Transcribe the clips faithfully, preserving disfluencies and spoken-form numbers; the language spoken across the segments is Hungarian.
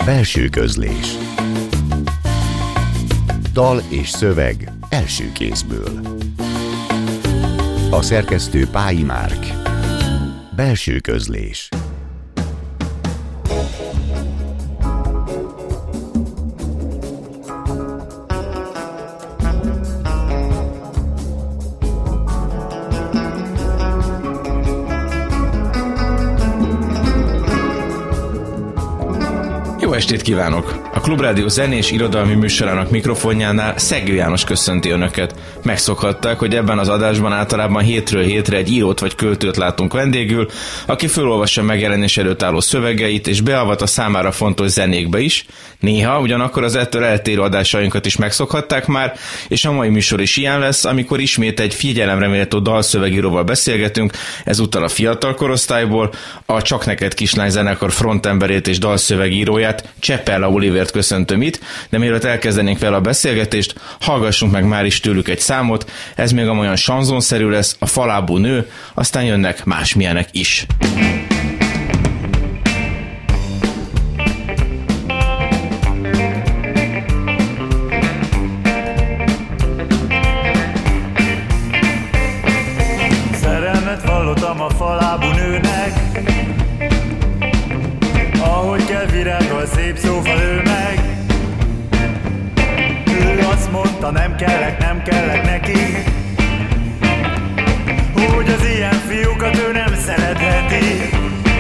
Belső közlés. Dal és szöveg első kézből. A szerkesztő Pályi Márk. Belső közlés. Jó estét kívánok! A Klubrádió zenés irodalmi műsorának mikrofonjánál Szegő János köszönti Önöket. Megszokhatták, hogy ebben az adásban általában hétről hétre egy írót vagy költőt látunk vendégül, aki felolvassa megjelenés előtt álló szövegeit és beavat a számára fontos zenékbe is. Néha ugyanakkor az ettől eltérő adásainkat is megszokhatták már, és a mai műsor is ilyen lesz, amikor ismét egy figyelemre méltó dalszövegíróval beszélgetünk, ezúttal a fiatal korosztályból, a Csak neked kislány zenekar frontemberét és dalszövegíróját, Cseppella Olivert köszöntöm itt, de mielőtt elkezdenénk vele a beszélgetést, hallgassunk meg már is tőlük egy számot, ez még amolyan sanzonszerű lesz, a Falábú nő, aztán jönnek másmilyenek is. Szerelmet vallottam a falábú nőnek, ahogy kell virággal szép szóval ő meg. Ő azt mondta, nem kellek, nem kellek neki, hogy az ilyen fiúkat ő nem szeretheti.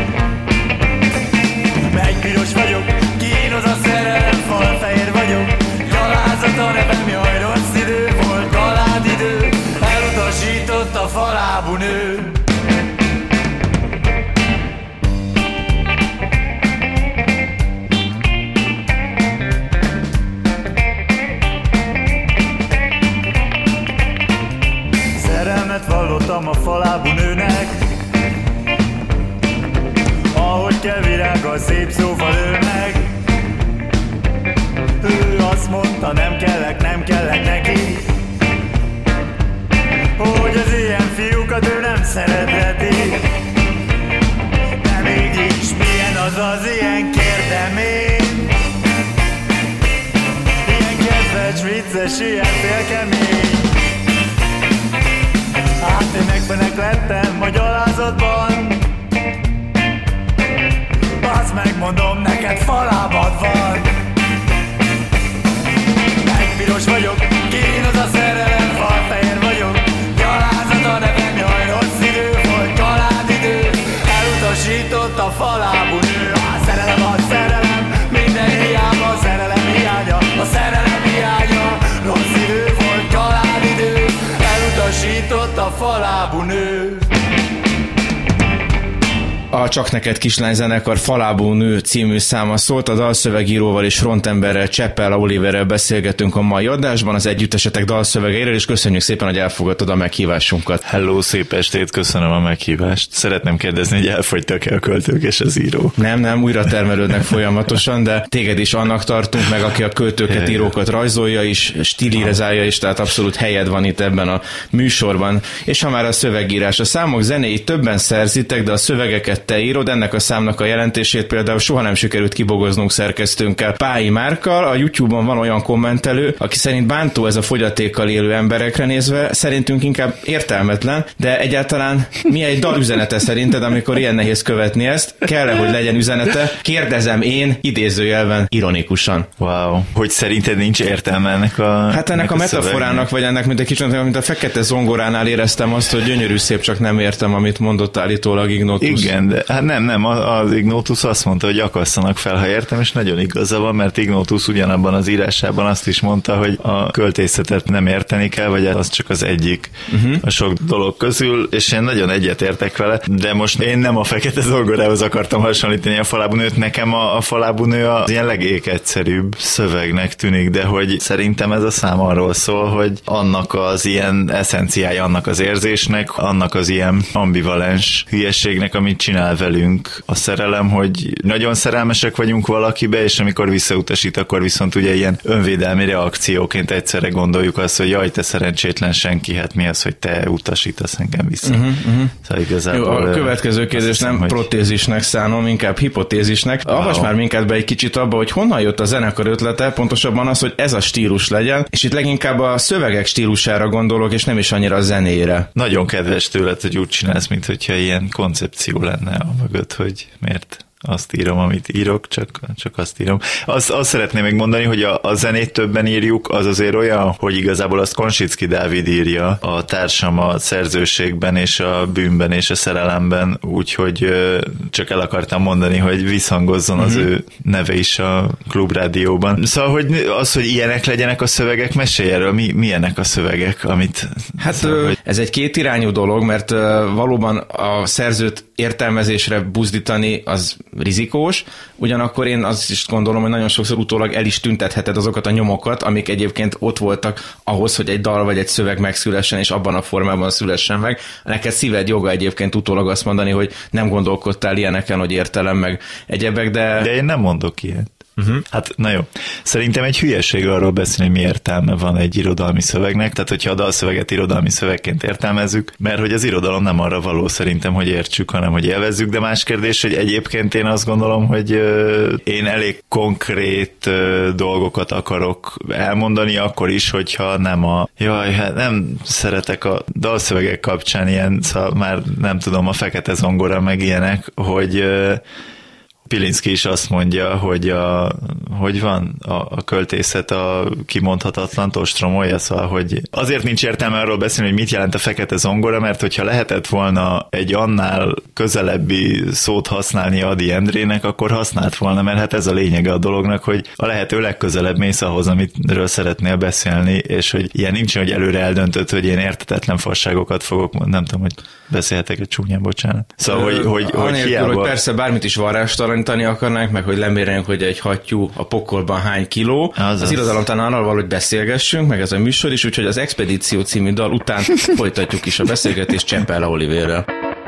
Megpiros vagyok, kínoz a szerelem, falfehér vagyok, gyalázat a nevem, jaj, rossz idő volt, galádidő, elutasított a falábú nő. Vallottam a falábú nőnek, ahogy kell virággal szép szóval ő meg. Ő azt mondta, nem kellek, nem kellek neki, hogy az ilyen fiúkat ő nem szeretheti. De mégis milyen az az ilyen, kérdem én, ilyen kedves, vicces, ilyen félkemény. Hát én megfenek lettem a gyalázatban, bász megmondom, neked falábad van. Megpiros vagyok, kínoz a szerelem, falfehér vagyok, gyalázat a nevem, jaj, rossz idő volt, galádidő, elutasított a falábú nő. A szerelem, a szerelem, minden hiába, a szerelem hiánya, a szerelem hiánya, rossz idő volt, galádidő, elutasított a falábú nő. A Csak neked kislány zenekar Falábú nő című száma szólt, a dalszövegíróval és frontemberrel, Cseppella Oliverrel beszélgetünk a mai adásban, az együttesetek dalszövegeiről, és köszönjük szépen, hogy elfogadtad a meghívásunkat. Hello, szép estét, köszönöm a meghívást. Szeretném kérdezni, hogy elfogytak-e a költők és az író? Nem, nem, újra termelődnek folyamatosan, de téged is annak tartunk meg, aki a költőket, írókat rajzolja is, stilírezálja is, tehát abszolút helyed van itt ebben a műsorban. És ha már a szövegírás, a számok zenéit többen szerzitek, de a szövegeket te írod, ennek a számnak a jelentését például soha nem sikerült kibogoznunk szerkesztőnkkel, Pályi Márkkal. A YouTube-on van olyan kommentelő, aki szerint bántó ez a fogyatékkal élő emberekre nézve, szerintünk inkább értelmetlen, de egyáltalán mi egy dal üzenete szerinted, amikor ilyen nehéz követni ezt? Kell-e, hogy legyen üzenete? Kérdezem én, idézőjelben, ironikusan. Wow, hogy szerinted nincs értelme ennek a Hát ennek a, a metaforának, vagy ennek, mint egy kicsit, mint a fekete zongoránál éreztem azt, hogy gyönyörű szép, csak nem értem, amit mondott állítólag Ignotus. Igen, de hát nem, nem, az Ignotus azt mondta, hogy akasszanak fel, ha értem, és nagyon igaza van, mert Ignotus ugyanabban az írásában azt is mondta, hogy a költészetet nem érteni kell, vagy az csak az egyik uh-huh. a sok dolog közül, és én nagyon egyetértek vele, de most én nem a fekete zongorához akartam hasonlítani a Falábú nőt, nekem a, a Falábú nő az ilyen legékegyszerűbb szövegnek tűnik, de hogy szerintem ez a szám arról szól, hogy annak az ilyen eszenciája, annak az érzésnek, annak az ilyen ambivalens hülyeségnek, amit csinál csinál velünk a szerelem, hogy nagyon szerelmesek vagyunk valakibe, és amikor visszautasít, akkor viszont ugye ilyen önvédelmi reakcióként egyszerre gondoljuk azt, hogy jaj, te szerencsétlen senki, hát mi az, hogy te utasítasz engem vissza. Uh-huh, uh-huh. Szóval igazából... Jó, a következő kérdés nem hogy... protézisnek szánom, inkább hipotézisnek. Avass wow. már minket be egy kicsit abba, hogy honnan jött a zenekar ötlete, pontosabban az, hogy ez a stílus legyen, és itt leginkább a szövegek stílusára gondolok, és nem is annyira a zenére. Nagyon kedves tőled, hogy úgy csinálsz, mint hogyha ilyen koncepció lenne a mögött, hogy miért azt írom, amit írok, csak, csak azt írom. Azt, azt szeretném még mondani, hogy a, a zenét többen írjuk, az azért olyan, hogy igazából azt Konsicki Dávid írja, a társam a szerzőségben és a bűnben és a szerelemben, úgyhogy csak el akartam mondani, hogy visszhangozzon az mm-hmm. ő neve is a Klubrádióban. Szóval, hogy az, hogy ilyenek legyenek a szövegek, mesélj erről, mi, milyenek a szövegek, amit... Hát szóval, hogy... ez egy kétirányú dolog, mert valóban a szerzőt értelmezésre buzdítani az rizikós, ugyanakkor én azt is gondolom, hogy nagyon sokszor utólag el is tüntetheted azokat a nyomokat, amik egyébként ott voltak ahhoz, hogy egy dal vagy egy szöveg megszülessen, és abban a formában szülessen meg. Neked szíved joga egyébként utólag azt mondani, hogy nem gondolkodtál ilyeneken, hogy értelem meg egyebek, de... De én nem mondok ilyet. Uh-huh. Hát, na jó. Szerintem egy hülyeség arról beszélni, hogy mi értelme van egy irodalmi szövegnek, tehát hogyha a dalszöveget irodalmi szövegként értelmezzük, mert hogy az irodalom nem arra való szerintem, hogy értsük, hanem hogy élvezzük, de más kérdés, hogy egyébként én azt gondolom, hogy euh, én elég konkrét euh, dolgokat akarok elmondani, akkor is, hogyha nem a jaj, hát nem szeretek a dalszövegek kapcsán ilyen, szóval már nem tudom, a fekete zongora meg ilyenek, hogy euh, Pilinszky is azt mondja, hogy a, hogy van a, a költészet a kimondhatatlan ostromolja, szóval, hogy azért nincs értelme arról beszélni, hogy mit jelent a fekete zongora, mert hogyha lehetett volna egy annál közelebbi szót használni Ady Endrének, akkor használt volna, mert hát ez a lényege a dolognak, hogy a lehető legközelebb mész ahhoz, amitről szeretnél beszélni, és hogy ilyen nincsen, hogy előre eldöntött, hogy én értetetlen fasságokat fogok, nem tudom, hogy beszélhetek egy csúnyán, bocsánat. Szóval, hogy, hogy, hogy hiába... hogy persze bármit is varrástalanítani akarnánk, meg hogy lemérjünk, hogy egy hattyú a pokolban hány kiló. Az, az irodalom talán arról való, hogy beszélgessünk, meg ez a műsor is, úgyhogy az Expedíció című dal után folytatjuk is a beszélgetést Csempel Olivérrel.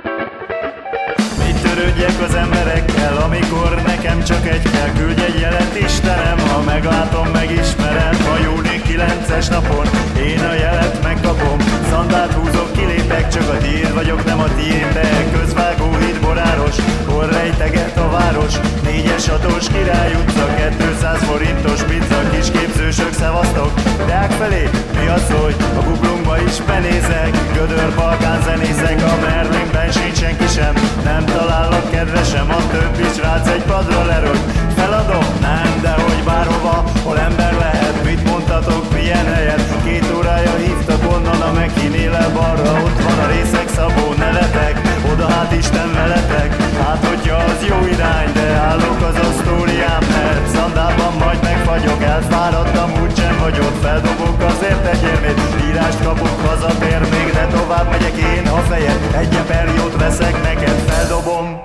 Mit törődjek az emberekkel, amikor nekem csak egy kell, küldj egy jelet Istenem, ha meglátom, megismerem, a júni kilences napon én a jelet megkapom, szandát húzok, kilépek, csak a tiéd vagyok, nem a tiéd, de közvágó híd boráros, hol rejteget a város, négyes hatós Király utca, kétszáz forintos pizza, kis képzősök, szevasztok, deák felé, mi az, hogy a Google-ba is benézek, gödör balkán zenészek, a Merlinben sincs senki sem, nem találok kedvesem, a többi srác egy padra lerogy, feladom, nem, de hogy bárhova, hol ember lehet, mit mondtatok, milyen helyet, két órája hívtak onnan a Mekinél balra, ott van a Részek Szabó, nevetek, oda hát Isten veletek, hát hogyha az jó irány, de állok az Asztórián, mert szandában majd megfagyok, elfáradtam, úgysem vagy ott, feldobok azért egy érmét, írást kapok, hazatér még, de tovább megyek én a fejed, egy eperjót veszek neked, feldobom.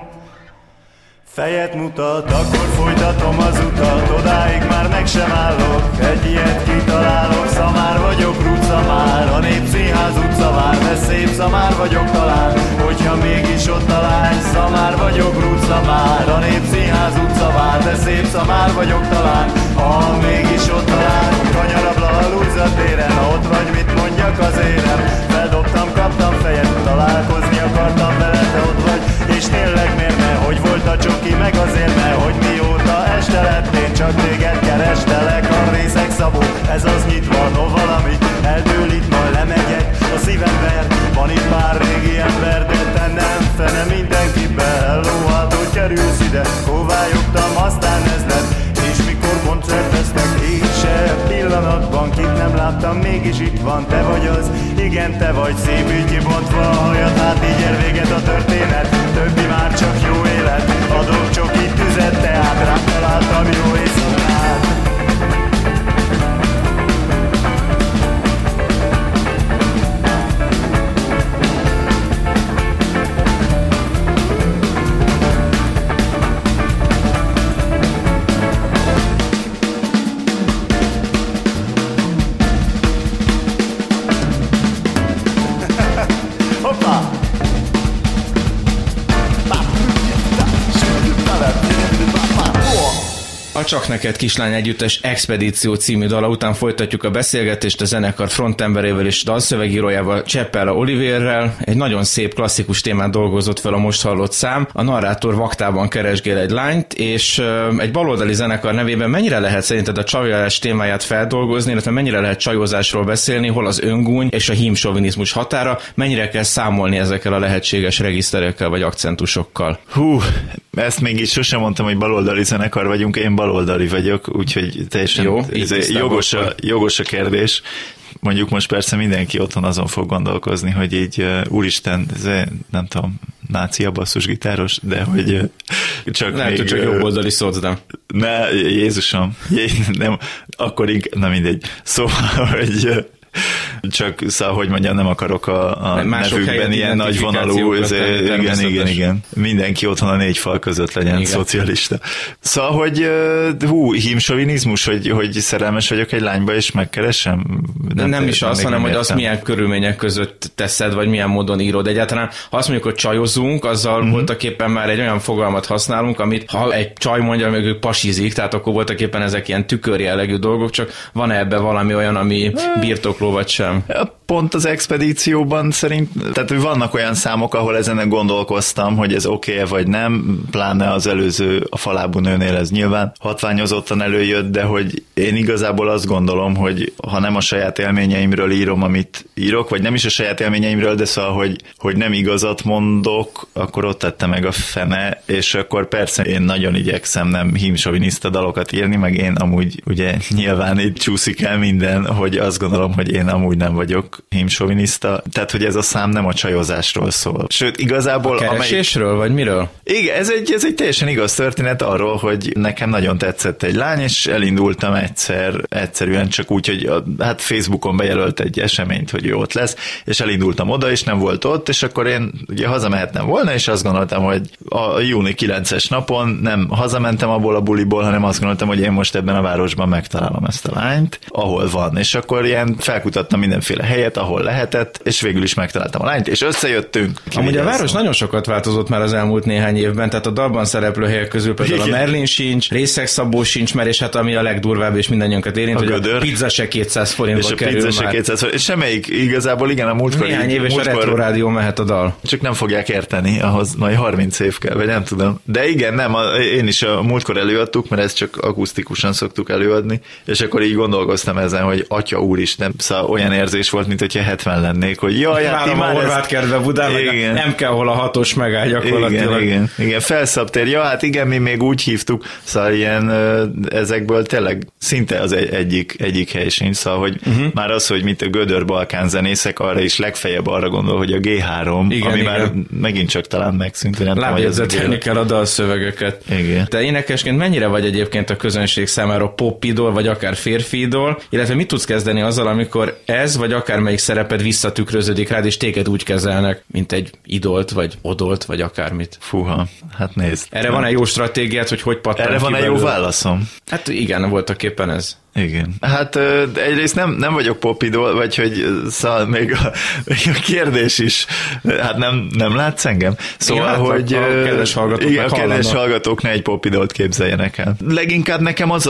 Fejet mutat, akkor folytatom az utat, odáig már meg sem állok, egy ilyet kitalálok, szamár vagyok, rúcamár, a Népszínház utcavár, de szép szamár vagyok talán, hogyha mégis ott a lány, szamár vagyok, rúcamár, a Népszínház utcavár, de szép szamár vagyok talán, ha mégis ott a lány, kanyarabla a Lújza téren, ha ott vagy, mit mondjak az érem, feldobtam, kaptam fejet, találkozni akartam vele, te ott vagy, és tényleg miért ne, hogy volt a csoki, meg azért ne, hogy mióta este lett, én csak téged kerestelek, a Részek Szabó, ez az nyitva, no valami eldől itt, majd lemegyek, a szívem ver, van itt pár régi ember, de te nem, fene mindenkibe, hello, hát hogy kerülsz ide, kóvályogtam, aztán ez lett, és mikor koncerteztek, én se pillanatban, kit nem láttam, mégis itt van, te vagy az, igen, te vagy, szép így kibontva a hajad, hát így ér véget a történet, többi már csak jó élet, adok csak itt tüzet, tehát rám találtam jó éjszakát. Hoppá! Pá, A Csak neked kislány együttes Expedíció című dala után folytatjuk a beszélgetést a zenekar frontemberével és dalszövegírójával, Cseppel Oliverrel. Egy nagyon szép klasszikus témát dolgozott fel a most hallott szám. A narrátor vaktában keresgél egy lányt, és egy baloldali zenekar nevében mennyire lehet szerinted a csajozás témáját feldolgozni, illetve mennyire lehet csajozásról beszélni, hol az öngúny és a hímsovinizmus határa, mennyire kell számolni ezekkel a lehetséges regiszterekkel vagy akcentusokkal? Hú, ezt még így sosem mondtam, hogy baloldali zenekar vagyunk, én baloldali vagyok, úgyhogy teljesen jó, jogos, a, jogos a kérdés. Mondjuk most persze mindenki otthon azon fog gondolkozni, hogy így uh, úristen, ez nem tudom, nácia basszusgitáros, de hogy uh, csak lehet, még... hogy csak jobboldali szocdem. Ne, Jézusom, jé, nem, akkor inkább, na mindegy. Szóval, hogy... Uh, csak szóval, hogy mondjam, nem akarok a, a nevükben ilyen nagy vonalú, igen, igen, igen. Mindenki otthon a négy fal között legyen igen. Szocialista. Szóval, hogy hú, hímsovinizmus, hogy, hogy szerelmes vagyok egy lányba, és megkeresem? Nem, nem is az, hanem, hogy azt milyen körülmények között teszed, vagy milyen módon írod. Egyáltalán, ha azt mondjuk, hogy csajozunk, azzal uh-huh. voltaképpen már egy olyan fogalmat használunk, amit ha egy csaj mondja, hogy ő pasizik, tehát akkor voltaképpen ezek ilyen tükörjellegű dolgok, csak van ebbe valami olyan, ami birtokló vagy sem? Pont az Expedícióban szerint, tehát vannak olyan számok, ahol ezen gondolkoztam, hogy ez oké-e vagy nem, pláne az előző a Falábú nőnél ez nyilván hatványozottan előjött, de hogy én igazából azt gondolom, hogy ha nem a saját élményeimről írom, amit írok, vagy nem is a saját élményeimről, de szóval, hogy, hogy nem igazat mondok, akkor ott tette meg a fene, és akkor persze én nagyon igyekszem nem hímsoviniszta dalokat írni, meg én amúgy ugye nyilván itt csúszik el minden, hogy azt gondolom, hogy én amúgy nem vagyok hímsoviniszta, tehát hogy ez a szám nem a csajozásról szól. Sőt, igazából... A keresésről, amelyik... vagy miről? Igen, ez egy, ez egy teljesen igaz történet arról, hogy nekem nagyon tetszett egy lány, és elindultam egyszer, egyszerűen csak úgy, hogy a, hát Facebookon bejelölt egy eseményt, hogy ő ott lesz, és elindultam oda, és nem volt ott, és akkor én ugye hazamehetnem volna, és azt gondoltam, hogy a júni kilences napon nem hazamentem abból a buliból, hanem azt gondoltam, hogy én most ebben a városban megtalálom ezt a lányt, ahol van, és akkor ilyen felkutattam mindenféle helyet, ahol lehetett, és végül is megtaláltam a lányt, és összejöttünk. Amúgy a város nagyon sokat változott már az elmúlt néhány évben, tehát a dalban szereplő helyek közül például igen. A Merlin sincs, Részeg Szabó sincs, mert és hát ami a legdurvább és mindannyiunkat érint, a hogy gödör. A pizza se kétszáz forintba kerül pizza már. Se kétszáz forint. És semmelyik igazából igen, a múltkor... Néhány év és múltkor, a Retro Rádió mehet a dal. Csak nem fogják érteni, ahhoz majd harminc év kell, vagy nem tudom. De igen, nem, a, én is a múltkor előadtuk, mert ezt csak akusztikusan szoktuk előadni, és akkor így gondolkoztam ezen, hogy atya úristen, szóval olyan érzés volt, mint hogyha hetven lennék, hogy jaj, hát a Horváth kertbe Budán, nem kell hol a hatos megáll gyakorlatilag. Igen, igen, igen, felszabtér, ja, hát igen, mi még úgy hívtuk, szóval ilyen ezekből tényleg szinte az egy, egyik, egyik hely sincs, szóval, hogy uh-huh. már az, hogy mint a Gödör-Balkán zenészek, arra is legfeljebb arra gondol, hogy a gé három, igen, ami igen. már megint csak talán megszűnt, nem tudom, hogy lábjegyzetelni kell a dalszövegeket. Igen. Te énekesként mennyire vagy egyébként a közönség számára pop idol, vagy akár férfi idol, illetve mit tudsz kezdeni azzal, amikor ez, vagy akármelyik szereped visszatükröződik rád, és téged úgy kezelnek, mint egy idolt, vagy odolt, vagy akármit. Fúha, hát nézd. Erre van egy jó stratégiát, hogy hogy pattan Erre van egy jó válaszom. Hát igen, voltak éppen ez. Igen. Hát egyrészt nem, nem vagyok popidol, vagy hogy szóval még a, még a kérdés is, hát nem, nem látsz engem? Szóval, igen, hogy a, a kedves hallgatók, igen, a kedves hallgatók ne egy popidolt képzeljenek el. Leginkább nekem az a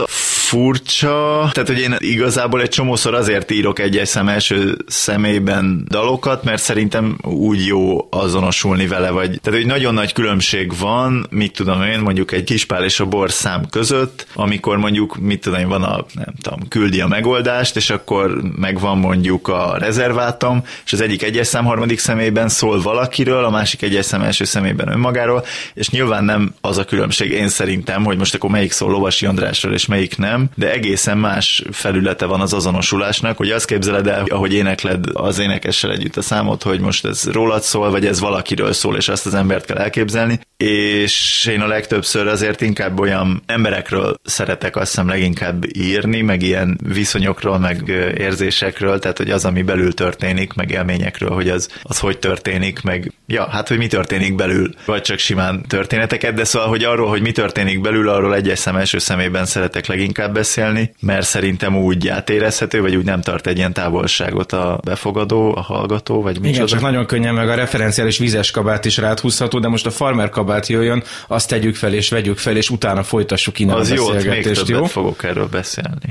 furcsa, tehát hogy én igazából egy csomószor azért írok egyes szem első személyben dalokat, mert szerintem úgy jó azonosulni vele, vagy tehát hogy nagyon nagy különbség van, mit tudom én, mondjuk egy Kispál és a bor szám között, amikor mondjuk, mit tudom én, van a, nem tudom, küldi a megoldást, és akkor megvan mondjuk a rezervátum, és az egyik egyes szám harmadik személyben szól valakiről, a másik egyes szám első személyben önmagáról, és nyilván nem az a különbség, én szerintem, hogy most akkor melyik szól Lovasi Andrásról, és melyik nem, de egészen más felülete van az azonosulásnak, hogy azt képzeled el, ahogy énekled az énekessel együtt a számot, hogy most ez rólad szól, vagy ez valakiről szól, és azt az embert kell elképzelni, és én a legtöbbször azért inkább olyan emberekről szeretek azt hiszem leginkább írni, meg ilyen viszonyokról, meg érzésekről, tehát hogy az, ami belül történik, meg élményekről, hogy az, az hogy történik, meg ja, hát hogy mi történik belül, vagy csak simán történeteket, de szóval, hogy arról, hogy mi történik belül, arról egyes szem első szemében szeretek leginkább beszélni, mert szerintem úgy átérezhető, vagy úgy nem tart egy ilyen távolságot a befogadó, a hallgató, vagy mi. Igen, csak nagyon könnyen meg a referenciális vizes kabát is ráthúzható, de most a farmer kabát kabát jöjjön, azt tegyük fel és vegyük fel, és utána folytassuk innen az a beszélgetést. beszélgetést, jó? Az jó, még többet jó? fogok erről beszélni.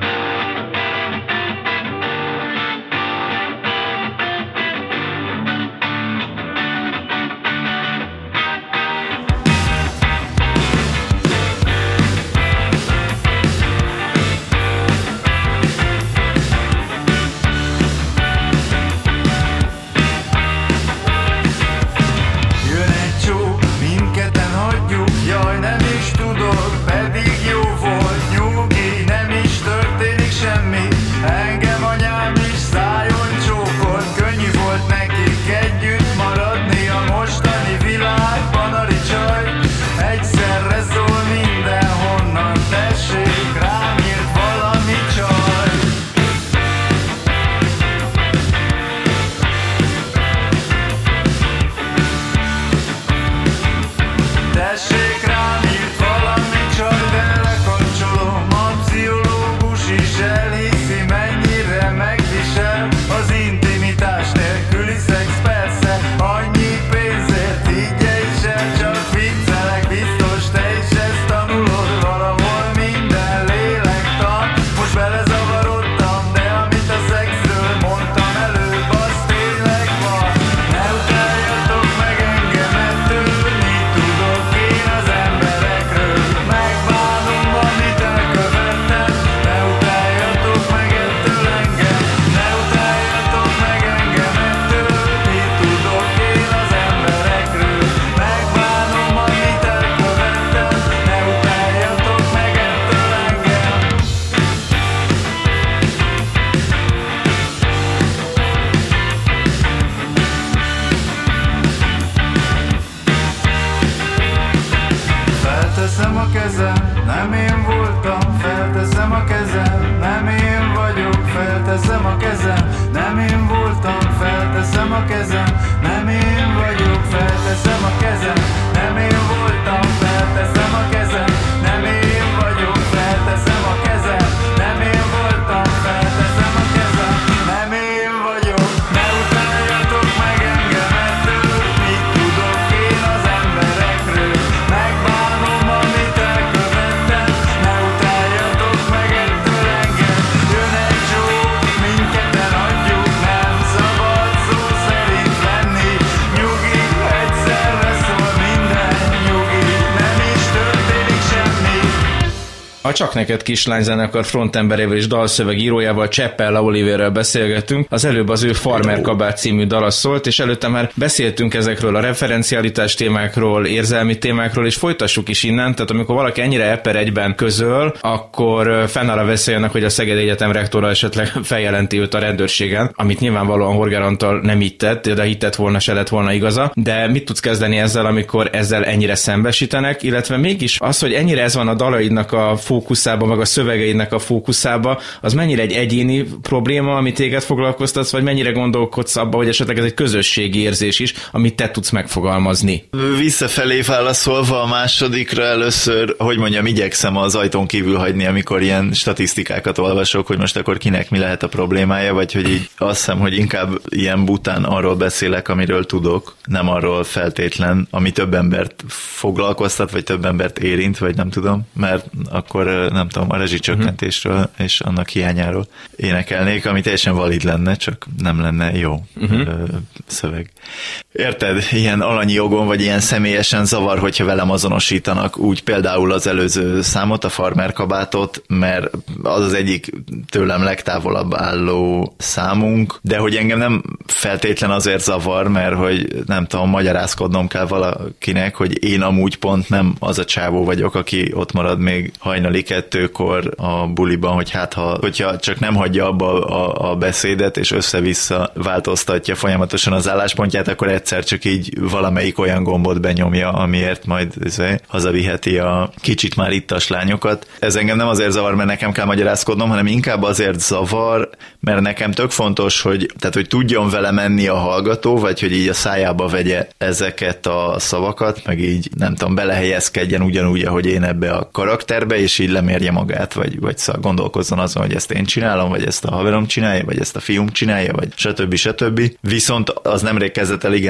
A Csak neked kislány zenekar frontemberével és dalszövegírójával, Cseppel Oliverrel beszélgettünk. Az előbb az ő Farmer kabát című dala szólt, és előtte már beszéltünk ezekről a referencialitás témákról, érzelmi témákról, és folytassuk is innen. Tehát amikor valaki ennyire eper egyben közöl, akkor fennáll a veszélynek, hogy a Szegedi Egyetem rektora esetleg feljelenti őt a rendőrségen, amit nyilvánvalóan Horger Antal nem így tett, de hittett volna, se lett volna igaza. De mit tudsz kezdeni ezzel, amikor ezzel ennyire szembesítenek, illetve mégis az, hogy ennyire ez van a dalaidnak a fókuszába, meg a szövegeidnek a fókuszába, az mennyire egy egyéni probléma, ami téged foglalkoztatsz, vagy mennyire gondolkodsz abba, hogy esetleg ez egy közösségi érzés is, amit te tudsz megfogalmazni? Visszafelé válaszolva a másodikra először, hogy mondjam, igyekszem az ajtón kívül hagyni, amikor ilyen statisztikákat olvasok, hogy most akkor kinek mi lehet a problémája, vagy hogy így azt hiszem, hogy inkább ilyen bután arról beszélek, amiről tudok, nem arról feltétlen, ami több embert foglalkoztat, vagy több embert érint, vagy nem tudom, mert akkor nem tudom, a rezsicsökkentésről uh-huh. és annak hiányáról énekelnék, ami teljesen valid lenne, csak nem lenne jó uh-huh. ö, szöveg. Érted? Ilyen alanyi jogon, vagy ilyen személyesen zavar, hogyha velem azonosítanak, úgy például az előző számot, a Farmer kabátot, mert az az egyik tőlem legtávolabb álló számunk, de hogy engem nem feltétlen azért zavar, mert hogy nem tudom, magyarázkodnom kell valakinek, hogy én amúgy pont nem az a csávó vagyok, aki ott marad még hajnali kettőkor a buliban, hogy hát ha, hogyha csak nem hagyja abba a, a beszédet, és össze-vissza változtatja folyamatosan az álláspontját, akkor egyszer csak így valamelyik olyan gombot benyomja, amiért majd hazaviheti a kicsit már ittas lányokat. Ez engem nem azért zavar, mert nekem kell magyarázkodnom, hanem inkább azért zavar, mert nekem tök fontos, hogy, tehát, hogy tudjon vele menni a hallgató, vagy hogy így a szájába vegye ezeket a szavakat, meg így nem tudom, belehelyezkedjen ugyanúgy, ahogy én ebbe a karakterbe, és így lemérje magát, vagy, vagy szóval gondolkozzon azon, hogy ezt én csinálom, vagy ezt a haverom csinálja, vagy ezt a fiúm csinálja, vagy stb. stb. Viszont az nemrég kezdett el igen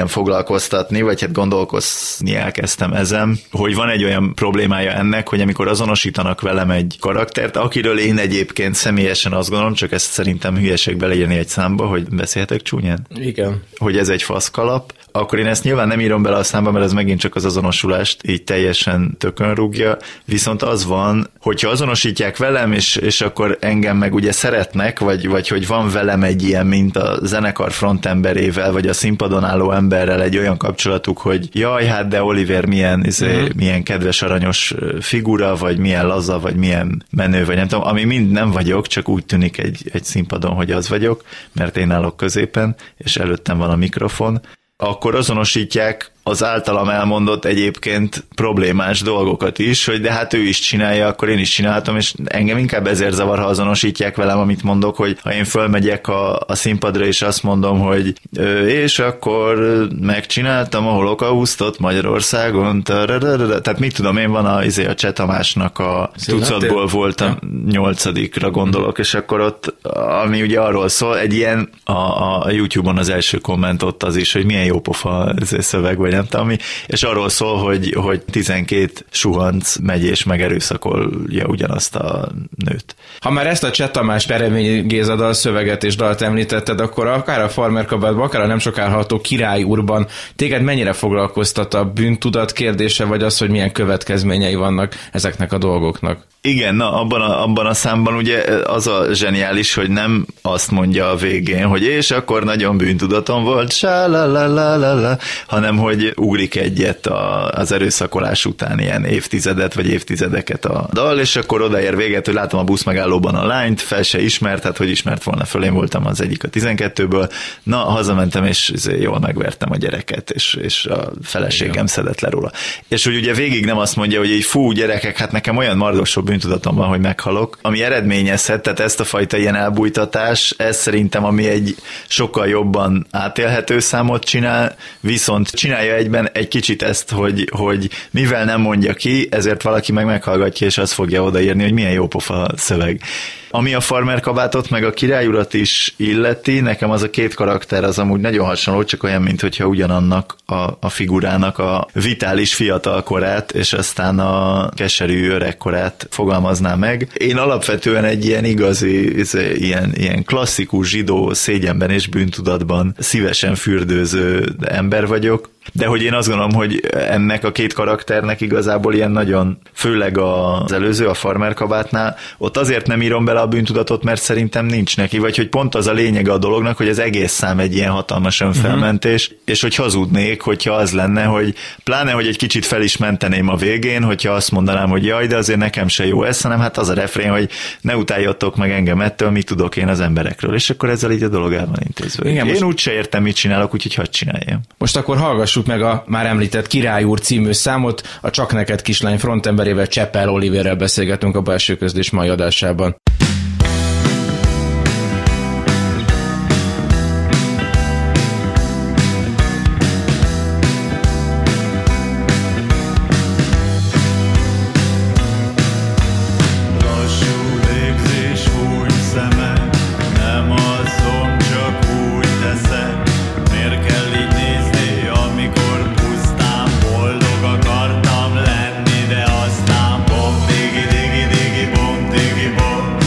engem foglalkoztatni, vagy hát gondolkozni elkezdtem ezen, hogy van egy olyan problémája ennek, hogy amikor azonosítanak velem egy karaktert, akiről én egyébként személyesen azt gondolom, csak ezt szerintem hülyeség beleírni egy számba, hogy beszélhetek csúnyán? Igen. Hogy ez egy faszkalap, akkor én ezt nyilván nem írom bele a számba, mert ez megint csak az azonosulást így teljesen tökön rúgja, viszont az van, hogyha azonosítják velem, és, és akkor engem meg ugye szeretnek, vagy, vagy hogy van velem egy ilyen, mint a zenekar frontemberével, vagy a színpadon álló emberrel egy olyan kapcsolatuk, hogy jaj, hát de Oliver milyen, izé, uh-huh. milyen kedves, aranyos figura, vagy milyen laza, vagy milyen menő, vagy nem tudom, ami mind nem vagyok, csak úgy tűnik egy, egy színpadon, hogy az vagyok, mert én állok középen, és előttem van a mikrofon, akkor azonosítják az általam elmondott egyébként problémás dolgokat is, hogy de hát ő is csinálja, akkor én is csinálhatom, és engem inkább ezért zavar, ha azonosítják velem, amit mondok, hogy ha én fölmegyek a, a színpadra, és azt mondom, hogy és akkor megcsináltam a holokausztot Magyarországon, tehát mit tudom én, van a, izé, a Cseh Tamásnak a tucatból volt a nyolcadikra gondolok, és akkor ott, ami ugye arról szól, egy ilyen a, a YouTube-on az első komment ott az is, hogy milyen jó pofa szöveg, vagy nem tudom, és arról szól, hogy, hogy tizenkét suhanc megy és megerőszakolja ugyanazt a nőt. Ha már ezt a Cseh Tamás Peremény Géza dalszöveget és dalt említetted, akkor akár a Farmer kabátban, akár a nem sokára hallható Király úrban téged mennyire foglalkoztat a bűntudat kérdése, vagy az, hogy milyen következményei vannak ezeknek a dolgoknak? Igen, na abban a, abban a számban ugye az a zseniális, hogy nem azt mondja a végén, hogy és akkor nagyon bűntudatom volt, sá-la-la-la-la-la, hanem hogy ugrik egyet a, az erőszakolás után ilyen évtizedet vagy évtizedeket a dal, és akkor odaér véget, hogy látom a buszmegállóban a lányt, fel se ismert, hát hogy ismert volna föl, én voltam az egyik a tizenkettőből, na hazamentem, és jól megvertem a gyereket, és, és a feleségem igen. szedett le róla. És hogy ugye végig nem azt mondja, hogy így fú, gyerekek, hát nekem olyan margosó bűntudatom van, hogy meghalok, ami eredményezhet, tehát ezt a fajta ilyen elbújtatás, ez szerintem, ami egy sokkal jobban átélhető számot csinál, viszont csinálja egyben egy kicsit ezt, hogy, hogy mivel nem mondja ki, ezért valaki meg meghallgatja, és azt fogja odaírni, hogy milyen jó pofa szöveg. Ami a Farmer kabátot meg a Király urat is illeti, nekem az a két karakter az amúgy nagyon hasonló, csak olyan, mint hogyha ugyanannak a, a figurának a vitális fiatal korát, és aztán a keserű öreg korát fogalmazná meg. Én alapvetően egy ilyen igazi, ilyen, ilyen klasszikus zsidó szégyenben és bűntudatban szívesen fürdőző ember vagyok, de hogy én azt gondolom, hogy ennek a két karakternek igazából ilyen nagyon, főleg az előző, a Farmer kabátnál, ott azért nem írom bele a bűntudatot, mert szerintem nincs neki, vagy hogy pont az a lényege a dolognak, hogy az egész szám egy ilyen hatalmas önfelmentés, uh-huh. és hogy hazudnék, hogyha az lenne, hogy pláne, hogy egy kicsit fel is menteném a végén, hogyha azt mondanám, hogy jaj, de azért nekem se jó ez, hanem hát az a refrén, hogy ne utáljatok meg engem ettől, mit tudok én az emberekről, és akkor ezzel így a dolog el van intézve. Igen, én most... úgy se értem, mit csinálok, úgyhogy hadd csináljam. Most akkor hallgassuk meg a már említett Király úr című számot, a Csak neked kislány frontemberével, Cseppel Oliverrel beszélgetünk a Belső Közlés mai adásában. Akartam lenni, de aztán bom, digi, digi, digi, bom, digi, bom.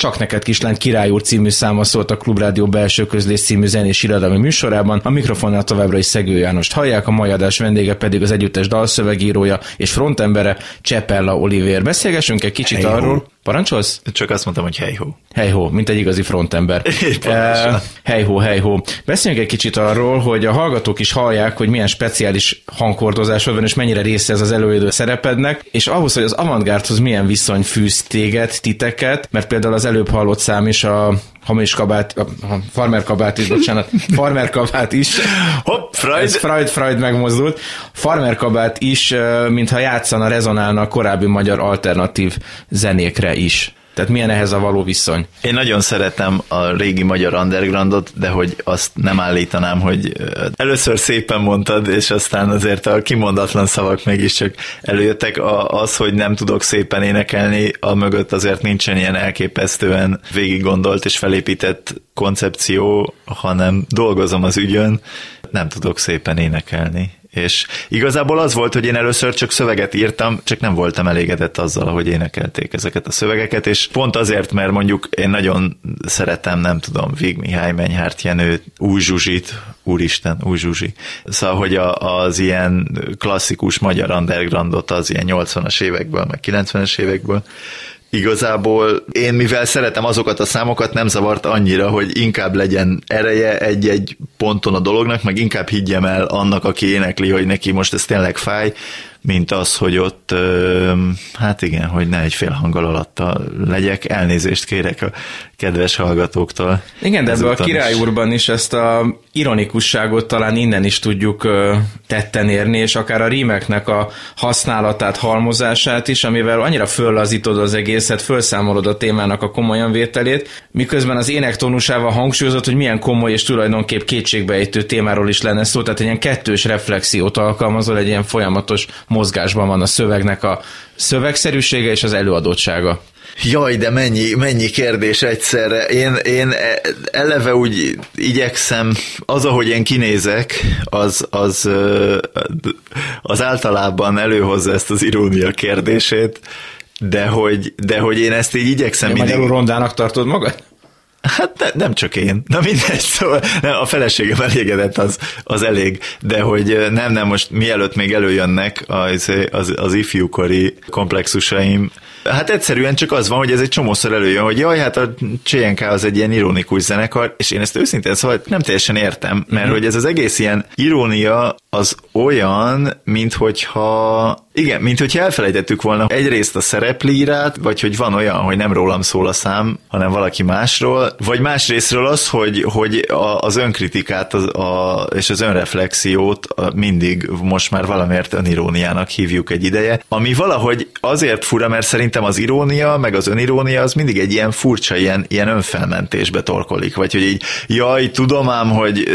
Csak neked kislány Király úr című száma szólt a Klubrádió belső közlés című zenés irodalmi műsorában. A mikrofonnál továbbra is Szegő Jánost hallják, a mai adás vendége pedig az együttes dalszövegírója és frontembere Csepella Olivér. Beszélgessünk egy kicsit hey arról. Ho. Parancsolsz? Csak azt mondtam, hogy hey ho. Hey ho, mint egy igazi frontember. uh, hey ho, hey ho. Beszéljünk egy kicsit arról, hogy a hallgatók is hallják, hogy milyen speciális hangkordozásod van, és mennyire része ez az előidő szerepednek, és ahhoz, hogy az avantgárdhoz milyen viszony fűz téged, titeket, mert például az előbb hallott szám is a hamis kabát, a farmer kabát is, bocsánat, farmer kabát is. Hopp, Freud. Ez Freud, Freud megmozdult. Farmer kabát is, mintha játszana, rezonálna a korábbi magyar alternatív zenékre is. Tehát milyen ehhez a való viszony? Én nagyon szeretem a régi magyar undergroundot, de hogy azt nem állítanám, hogy először szépen mondtad, és aztán azért a kimondatlan szavak mégiscsak előjöttek. Az, hogy nem tudok szépen énekelni, a mögött azért nincsen ilyen elképesztően végig gondolt és felépített koncepció, hanem dolgozom az ügyön, nem tudok szépen énekelni. És igazából az volt, hogy én először csak szöveget írtam, csak nem voltam elégedett azzal, hogy énekelték ezeket a szövegeket, és pont azért, mert mondjuk én nagyon szeretem, nem tudom, Vig Mihály, Menyhárt Jenő, Új Zsuzsit, úristen, Új Zsuzsi. Szóval, hogy a, az ilyen klasszikus magyar undergroundot az ilyen nyolcvanas évekből, meg kilencvenes évekből, igazából én, mivel szeretem azokat a számokat, nem zavart annyira, hogy inkább legyen ereje egy-egy ponton a dolognak, meg inkább higgyem el annak, aki énekli, hogy neki most ez tényleg fáj, mint az, hogy ott, hát igen, hogy ne egy fél hanggal alatta legyek. Elnézést kérek a kedves hallgatóktól. Igen, de ebből a Király úrban is ezt a ironikusságot talán innen is tudjuk tetten érni, és akár a rímeknek a használatát, halmozását is, amivel annyira föllazítod az egészet, felszámolod a témának a komolyan vételét, miközben az ének tónusával hangsúlyozott, hogy milyen komoly és tulajdonképp kétségbeejtő témáról is lenne szó, tehát egy ilyen kettős reflexiót alkalmazol, egy ilyen folyamatos mozgásban van a szövegnek a szövegszerűsége és az előadottsága. Jaj, de mennyi, mennyi kérdés egyszerre. Én, én eleve úgy igyekszem, az, ahogy én kinézek, az, az, az általában előhozza ezt az irónia kérdését, de hogy, de hogy én ezt így igyekszem mindig... Magyarul rondának tartod magad? Hát ne, nem csak én. Na mindegy, szóval nem, a feleségem elégedett, az, az elég, de hogy nem, nem, most mielőtt még előjönnek az, az, az ifjúkori komplexusaim, hát egyszerűen csak az van, hogy ez egy csomószor előjön, hogy jaj, hát a cé en ká az egy ilyen ironikus zenekar, és én ezt őszintén szóval nem teljesen értem, mert mm-hmm. hogy ez az egész ilyen irónia az olyan, minthogyha igen, mint hogyha elfelejtettük volna egyrészt a szereplírát, vagy hogy van olyan, hogy nem rólam szól a szám, hanem valaki másról, vagy másrésztről az, hogy, hogy az önkritikát az, a, és az önreflexiót mindig most már valamiért öniróniának hívjuk egy ideje, ami valahogy azért fura, mert szerintem az irónia, meg az önirónia az mindig egy ilyen furcsa, ilyen, ilyen önfelmentésbe torkolik, vagy hogy így, jaj, tudom ám, hogy,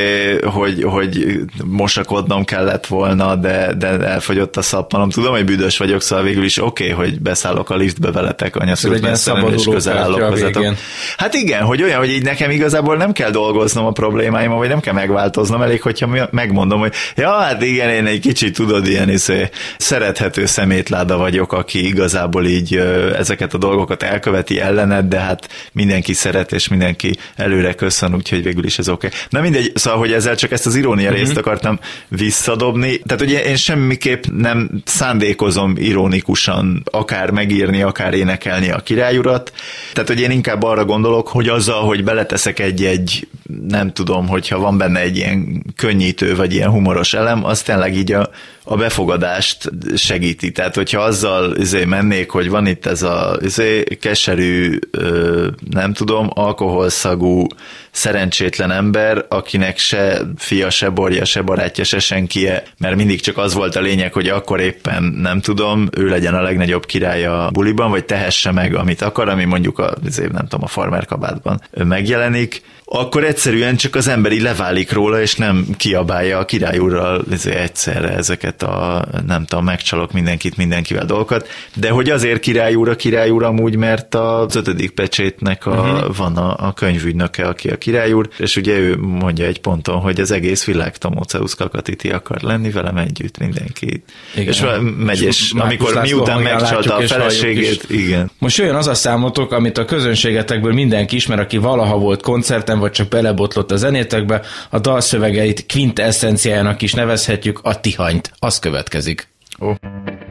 hogy, hogy mosakodnom kellett volna, de, de elfogyott a szap. Mondom, tudom, hogy büdös vagyok, szóval végül is oké, okay, hogy beszállok a liftbe veletek, anyaszült messzenül, és közel állok hozzátok. Hát igen, hogy olyan, hogy így nekem igazából nem kell dolgoznom a problémáimon, vagy nem kell megváltoznom, elég, hogyha megmondom, hogy ja, hát igen, én egy kicsit tudod, ilyen izé, szerethető szemétláda vagyok, aki igazából így ezeket a dolgokat elköveti ellened, de hát mindenki szeret, és mindenki előre köszön, úgyhogy végül is ez oké. Okay. Na mindegy, szóval, hogy ezzel csak ezt az irónia mm-hmm. részt akartam visszadobni. Tehát ugye én semmiképp nem szándékozom ironikusan akár megírni, akár énekelni a Királyurat. Tehát, hogy én inkább arra gondolok, hogy azzal, hogy beleteszek egy-egy, nem tudom, hogyha van benne egy ilyen könnyítő, vagy ilyen humoros elem, az tényleg így a, a befogadást segíti. Tehát, hogyha azzal izé mennék, hogy van itt ez a izé, keserű, ö, nem tudom, alkoholszagú, szerencsétlen ember, akinek se fia, se borja, se barátja, se senkie, mert mindig csak az volt a lényeg, hogy akkor éppen, nem tudom, ő legyen a legnagyobb király a buliban, vagy tehesse meg, amit akar, ami mondjuk a, azért nem tudom, a farmer kabátban megjelenik, akkor egyszerűen csak az ember így leválik róla, és nem kiabálja a király úrral egyszerre ezeket a, nem tudom, megcsalok mindenkit, mindenkivel dolgokat, de hogy azért király úr a király úr amúgy, mert az ötödik pecsétnek a, uh-huh. van a, a könyvügynöke, aki a király úr, és ugye ő mondja egy ponton, hogy az egész világ Tomoceusz Kakatiti akar lenni, velem együtt mindenki. Igen. És megy, és amikor miután megcsalta a feleségét, igen. Most jöjjön az a számotok, amit a közönségetekből mindenki ismer, aki valaha volt koncerten, vagy csak belebotlott a zenétekbe, a dalszövegeit quintesszenciájának is nevezhetjük, a tihanyt. Az következik. Ó. Oh.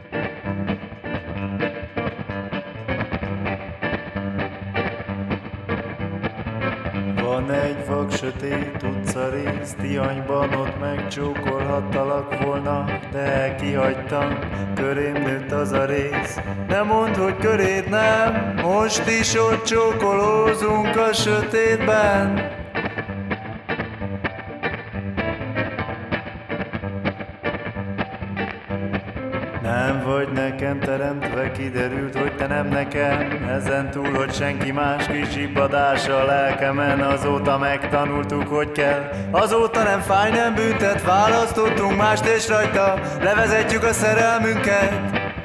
Van egy vak sötét utcarész, Tihanyban ott megcsókolhattalak volna, de kihagytam, körém nőtt az a rész. Nem mondd, hogy köréd nem, most is ott csókolózunk a sötétben. Nem vagy nekem teremtve, kiderült, hogy te nem nekem. Ezen túl, hogy senki más kis zsibbadása a lelkemen. Azóta megtanultuk, hogy kell. Azóta nem fáj, nem büntet. Választottunk mást és rajta levezetjük a szerelmünket.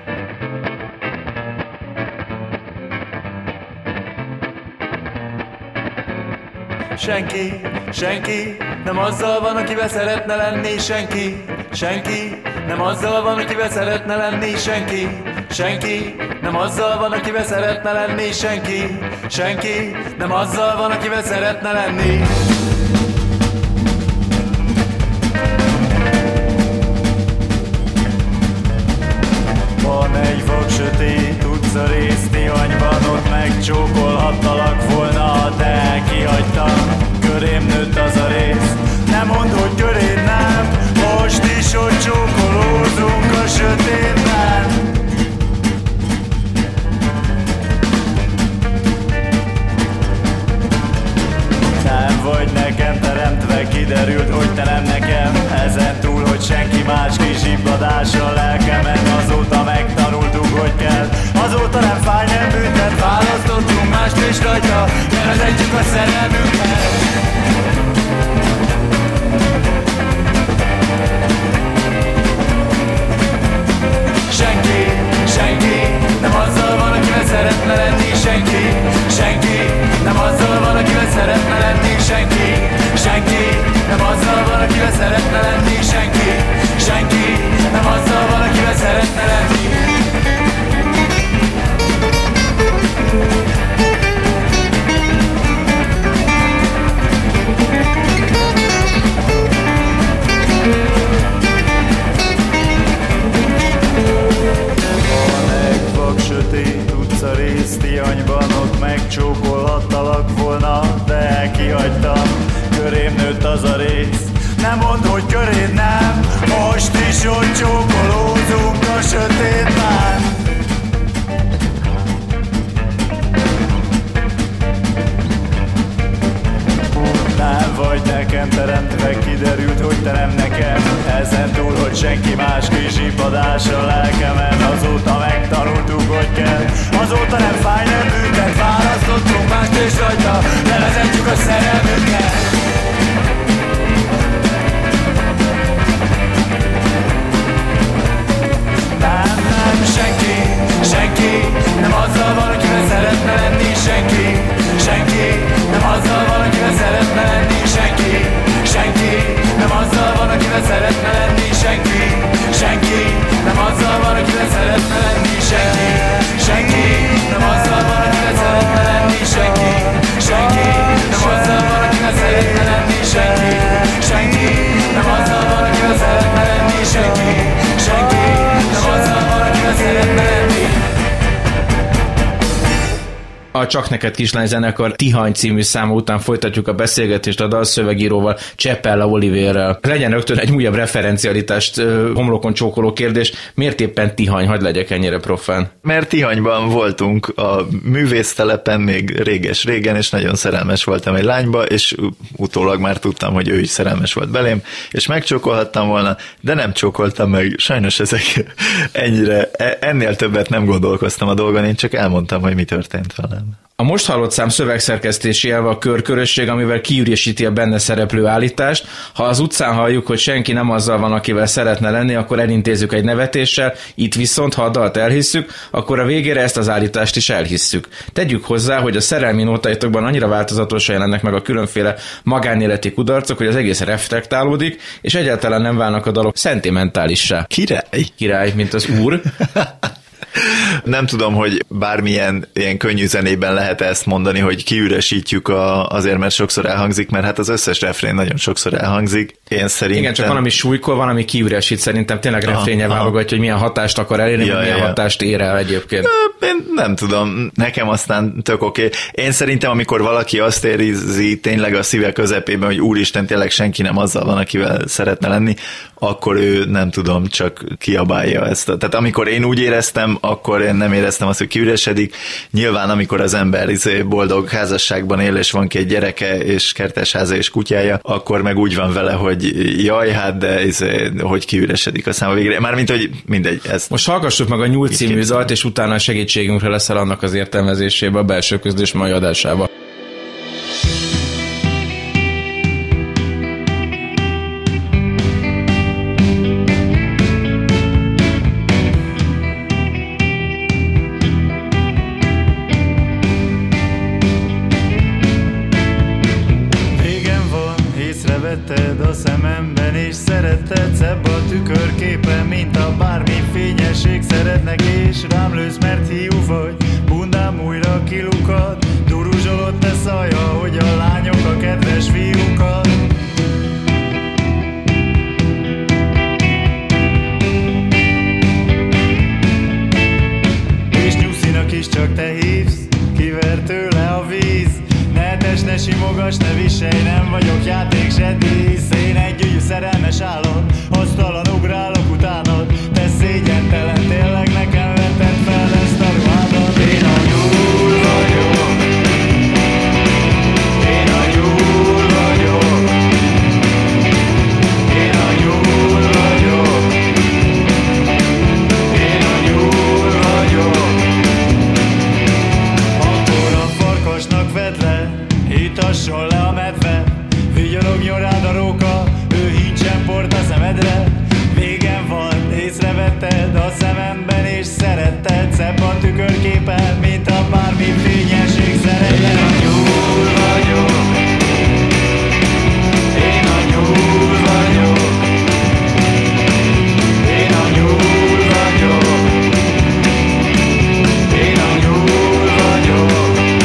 Senki, senki nem azzal van, akivel szeretne lenni. Senki, senki nem azzal van, akivel szeretne lenni. Senki, senki nem azzal van, akivel szeretne lenni. Senki, senki nem azzal van, akivel szeretne lenni. Van egy vak sötét utcarész, Tihanyban ott megcsókolhattalak volna, de kihagytam, körém nőtt az a rész. Nem mondd, hogy köréd nem, most is ott csókolózunk a sötétben. Nem vagy nekem teremtve, kiderült, hogy te nem nekem. Ezen túl, hogy senki más kis zsibbadása a lelkemen. Azóta megtanultuk, hogy kell. Azóta nem fáj, nem büntet. Választottunk mást és rajta levezetjük a szerelmünket. Senki, senki nem azzal van, akivel szeretne lenni. Senki, senki nem azzal van, akivel szeretne lenni. Senki, senki nem azzal van, akivel szeretne lenni. Senki, senki nem azzal van, akivel szeretne lenni. Sötét utcarész, Tihanyban ott megcsókolhattalak volna, de kihagytam, körém nőtt az a rész. Nem mondd, hogy köréd nem, most is ott csókolózunk a sötétben. Nem vagy nekem teremtve, kiderült, hogy te nem nekem. Ezen túl, hogy senki más kis zsibbadása a lelkemen. Azóta megtanultuk, hogy kell. Azóta nem fáj, nem büntet. Választottunk mást és rajta levezetjük a szerelmünket. Nem, nem, senki, senki nem azzal van, akivel szeretne lenni. Senki, senki nem azzal van, akivel szeretne lenni. Senki, senki nem azzal van, akivel szeretne lenni. Senki, senki nem azzal van, akivel szeretne lenni. Senki, senki nem azzal van, akivel szeretne lenni. Senki, senki nem azzal van, akivel szeretne lenni. Senki, senki nem azzal van, akivel szeretne lenni. Senki, senki nem azzal van, akivel szeretne lenni. A Csak neked kislány zenekar Tihany című száma után folytatjuk a beszélgetést a dalszövegíróval, Cseppella Olivérrel. Legyen rögtön egy újabb referencialitást homlokon csókoló kérdés. Miért éppen Tihany? Hadd legyek ennyire profán. Mert Tihanyban voltunk a művésztelepen még réges-régen, és nagyon szerelmes voltam egy lányba, és utólag már tudtam, hogy ő is szerelmes volt belém, és megcsókolhattam volna, de nem csókoltam meg. Sajnos ezek ennyire, ennél többet nem gondolkoztam a dolgon, én csak elmondtam, hogy mi történt velem. igen. A most hallott szám szövegszerkesztési elve a körkörösség, amivel kiüresíti a benne szereplő állítást. Ha az utcán halljuk, hogy senki nem azzal van, akivel szeretne lenni, akkor elintézzük egy nevetéssel, itt viszont, ha a dalt elhisszük, akkor a végére ezt az állítást is elhisszük. Tegyük hozzá, hogy a szerelmi nótaitokban annyira változatosan jelennek meg a különféle magánéleti kudarcok, hogy az egész reflektálódik, és egyáltalán nem válnak a dalok szentimentálissá. Király! Király, mint az úr. Nem tudom, hogy bármilyen ilyen könnyű zenében lehet ezt mondani, hogy kiüresítjük a, azért, mert sokszor elhangzik, mert hát az összes refrén nagyon sokszor elhangzik. Én szerintem... Igen, csak van, ami súlykol, van, ami kiüresít. Szerintem tényleg refrénnyel válogatja, hogy milyen hatást akar elérni, ja, milyen ja. hatást ér el egyébként. Én nem tudom, nekem aztán tök oké. Okay. Én szerintem, amikor valaki azt érzi tényleg a szíve közepében, hogy úristen, tényleg senki nem azzal van, akivel szeretne lenni, akkor ő nem tudom, csak kiabálja ezt. Tehát amikor én úgy éreztem, akkor én nem éreztem azt, hogy kiüresedik. Nyilván, amikor az ember boldog házasságban él, és van ki egy gyereke, és kertesháza és kutyája, akkor meg úgy van vele, hogy jaj, hát de ez, hogy kiüresedik a száma végre. Mármint, hogy mindegy. Ezt most hallgassuk meg a Nyúl című dalt, és utána a segítségünkre leszel annak az értelmezésébe a belső közlés mai adásába. Vetted a szememben és szeretted, szebb a tükörképen, mint a bármi fényesség szeretnek, és rám lősz, mert hiú vagy, bundám újra kilukad, duruzsolott te szaja, hogy a lányok a kedves fiúkat. És nyuszinak is csak te hívsz, kiver tőle a víz. Ne tess, ne simogass, ne viselj, nem vagyok játék, se dísz. Én egy gyűjű szerelmes állat, asztalan ugrálok utánad. Te szégyentelen, tényleg nekem vetted fel ezt a ruhádat. Én a nyúl vagyok, én a nyúl vagyok, én a nyúl vagyok, én a nyúl vagyok. Akkor a farkasnak vedd le, itasson le a medve, vigyorog nyorád a róka, ő hincsen port a szemedre. Végem van, észrevetted a szememben és szeretted, szebb a tükörképen, mint a bármi fényesség szeretne. Én a nyúl vagyok, én a nyúl vagyok, én a nyúl vagyok, én a nyúl vagyok.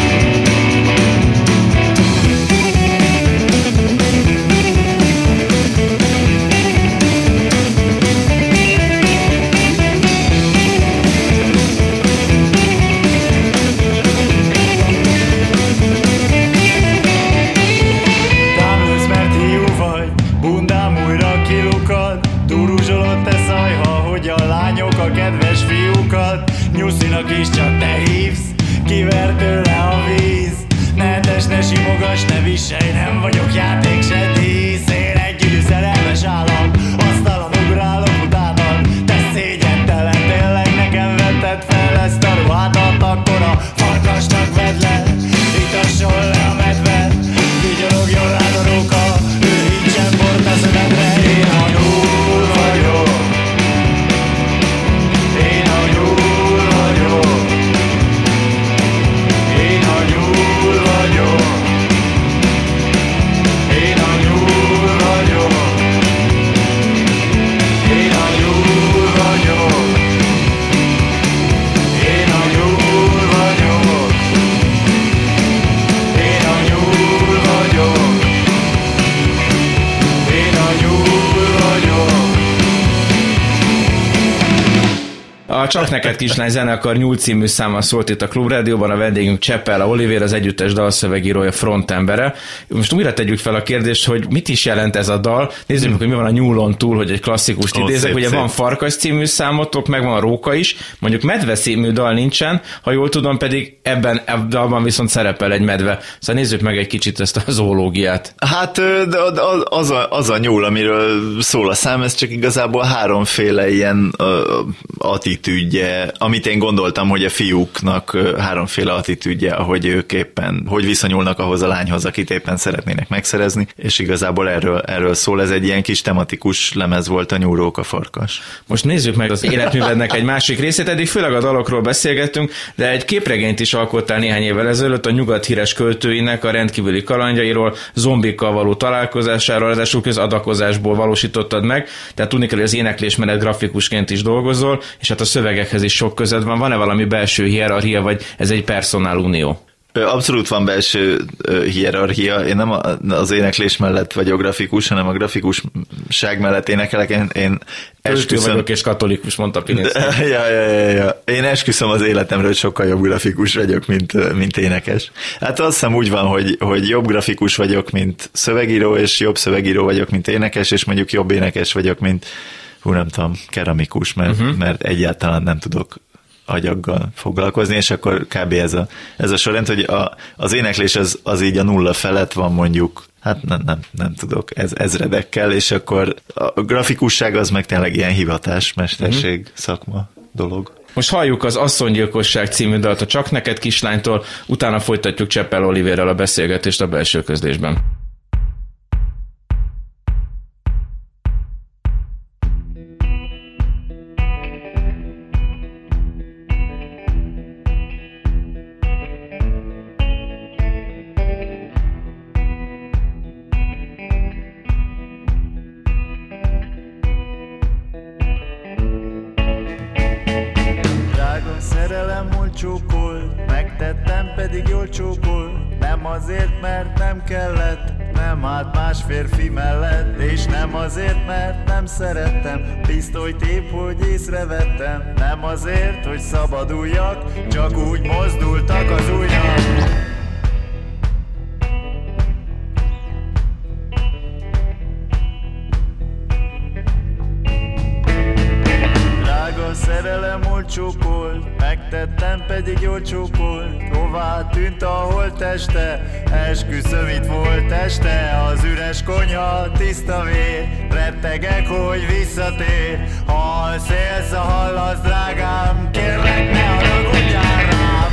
A kedves fiúkat, nyuszinak is csak te hívsz, kiver tőle a víz. Ne tess, ne simogass, ne viselj, nem vagyok játék, se dísz. Én egy gyűrű szerelmes állat, asztalon ugrálok utánad. Te szégyentelen, tényleg nekem vetted fel ezt a ruhádat. Akkor a farkasnak vedd le, itasson le a medve, vigyorogjon rád a róka, ő hincsen bort a szemedre. Én a nyúl vagyok, én a nyúl vagyok, én a nyúl vagyok, én a nyúl vagyok, én a nyúl vagyok, én a nyúl vagyok, én a nyúl vagyok, én a nyúl vagyok. A Csak neked kislány zenekar Nyúl című számmal szólt itt a Klubrádióban, a vendégünk Cseppel Olivér, az együttes dalszövegírója, frontembere. Most újra tegyük fel a kérdést, hogy mit is jelent ez a dal. Nézzük meg, hogy mi van a nyúlon túl, hogy egy klasszikust oh, idézek. Ugye szép. Van Farkas című számotok, meg van Róka is, mondjuk Medve című dal nincsen, ha jól tudom, pedig ebben a dalban viszont szerepel egy medve. Szóval nézzük meg egy kicsit ezt a zoológiát. Hát de az a, az a nyúl, amiről szól a szám, ez csak igazából háromféle ilyen uh, attitűd attitűdje, amit én gondoltam, hogy a fiúknak háromféle attitűdje, ahogy ők éppen, hogy viszonyulnak ahhoz a lányhoz, akit éppen szeretnének megszerezni, és igazából erről, erről szól. Ez egy ilyen kis tematikus lemez volt, a Nyúróka farkas. Most nézzük meg az életművednek egy másik részét, eddig főleg a dalokról beszélgettünk, de egy képregényt is alkottál néhány évvel ezelőtt a nyugat híres költőinek a rendkívüli kalandjairól, zombikkal való találkozásáról, ráadásul közadakozásból valósítottad meg, tehát tudni kell, hogy az éneklés mellett grafikusként is dolgozol, és hát a szövegekhez is sok között van. Van-e valami belső hierarchia, vagy ez egy personál unió? Abszolút van belső hierarchia. Én nem az éneklés mellett vagyok grafikus, hanem a grafikusság mellett énekelek. Én, én esküszöm... vagyok és katolikus, mondta Pilinszki. ja, ja, ja, ja. Én esküszöm az életemről, hogy sokkal jobb grafikus vagyok, mint, mint énekes. Hát azt hiszem úgy van, hogy, hogy jobb grafikus vagyok, mint szövegíró, és jobb szövegíró vagyok, mint énekes, és mondjuk jobb énekes vagyok, mint, hú, nem tudom, keramikus, mert, uh-huh. mert egyáltalán nem tudok agyaggal foglalkozni, és akkor kb. ez a, ez a sorrend, hogy a, az éneklés az, az így a nulla felett van mondjuk, hát nem, nem, nem tudok, ez, ezredekkel, és akkor a grafikusság az meg tényleg ilyen hivatás, mesterség, uh-huh. szakma dolog. Most halljuk az Asszonygyilkosság című dalt a Csak neked kislánytól, utána folytatjuk Cseppel Olivérrel a beszélgetést a belső közlésben. Megtettem, pedig jól csókol. Nem azért, mert nem kellett, nem állt más férfi mellett. És nem azért, mert nem szerettem, pisztolyt épp, hogy észrevettem. Nem azért, hogy szabaduljak, csak úgy mozdultak az ujjak. Szerelem olcsókolt, megtettem, pedig jól csókolt. Hová tűnt a holtteste? Esküszöm, itt volt este. Az üres konyha, tiszta vér, rettegek, hogy visszatér. Ha alszélsz, ha hallasz, drágám, kérlek, ne haragudjál rám.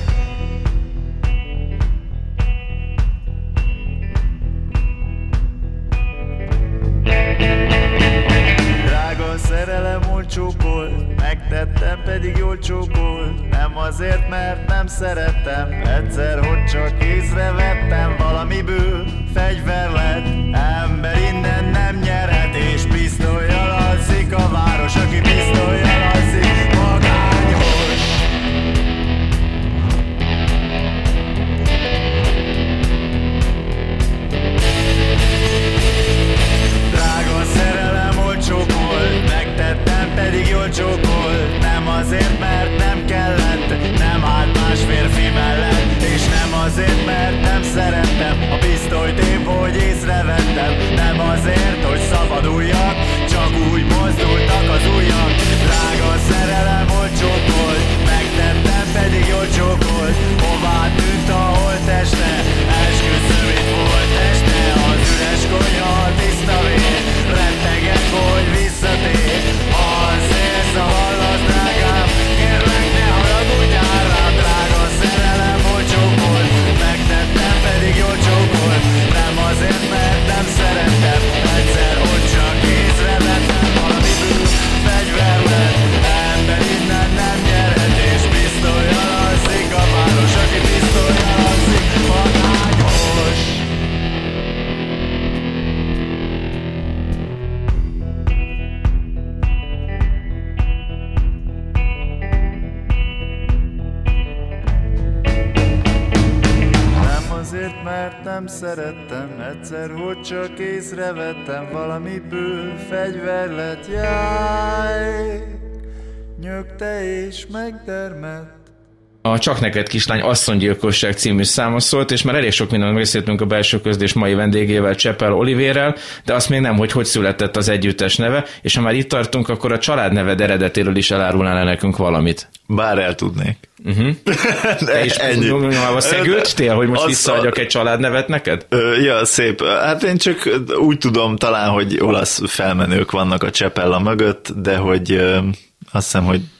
Drága szerelem olcsókolt, megtettem, pedig jól csókolt. Nem azért, mert nem szerettem, egyszer, hogy csak észrevettem. Valamiből fegyver lett, ember innen nem nyerhet. És pisztollyal alszik a város, aki pisztollyal alszik, magányos. Drága szerelem olcsókolt, megtettem, pedig jól csókolt. Nem azért, mert nem kellett, nem állt más férfi mellett. És nem azért, mert nem szerettem, a pisztolyt épp, hogy észrevettem. Nem azért, hogy szabaduljak, csak úgy mozdultak az ujjak. Drága szerelem olcsókolt, megtettem, pedig jól csókolt. Hová tűnt a holtteste? Esküszöm, itt volt este. Az üres konyha, tiszta vér, rettegek, hogy visszatér. Az élsz, a hallasz, drágám, kérlek, ne haragudjál rám. Drága szerelem olcsókolt, megtettem, pedig jól csókolt. Nem azért, mert nem szerettem, egyszer, hogy csak észrevettem. Valamiből fegyver lett, ember innen nem nyerhet. És pisztollyal alszik a város, aki pisztollyal alszik, magányos. Azért, mert nem szerettem, egyszer, hogy csak észrevettem. Valamiből fegyver lett, jaj, nyögte és megdermedt. A Csak neked kislány Asszonygyilkosság című száma szólt, és már elég sok mindent beszéltünk a belső közlés mai vendégével, Cseppel Olivérrel, de azt még nem, hogy hogy született az együttes neve, és ha már itt tartunk, akkor a családneved eredetéről is elárulnál nekünk valamit. Bár el tudnék. Uh-huh. Te is szegültél, hogy most visszaadjak egy családnevet neked? Ja, szép. Hát én csak úgy tudom talán, hogy olasz felmenők vannak a Csepella mögött, de hogy azt hiszem, hogy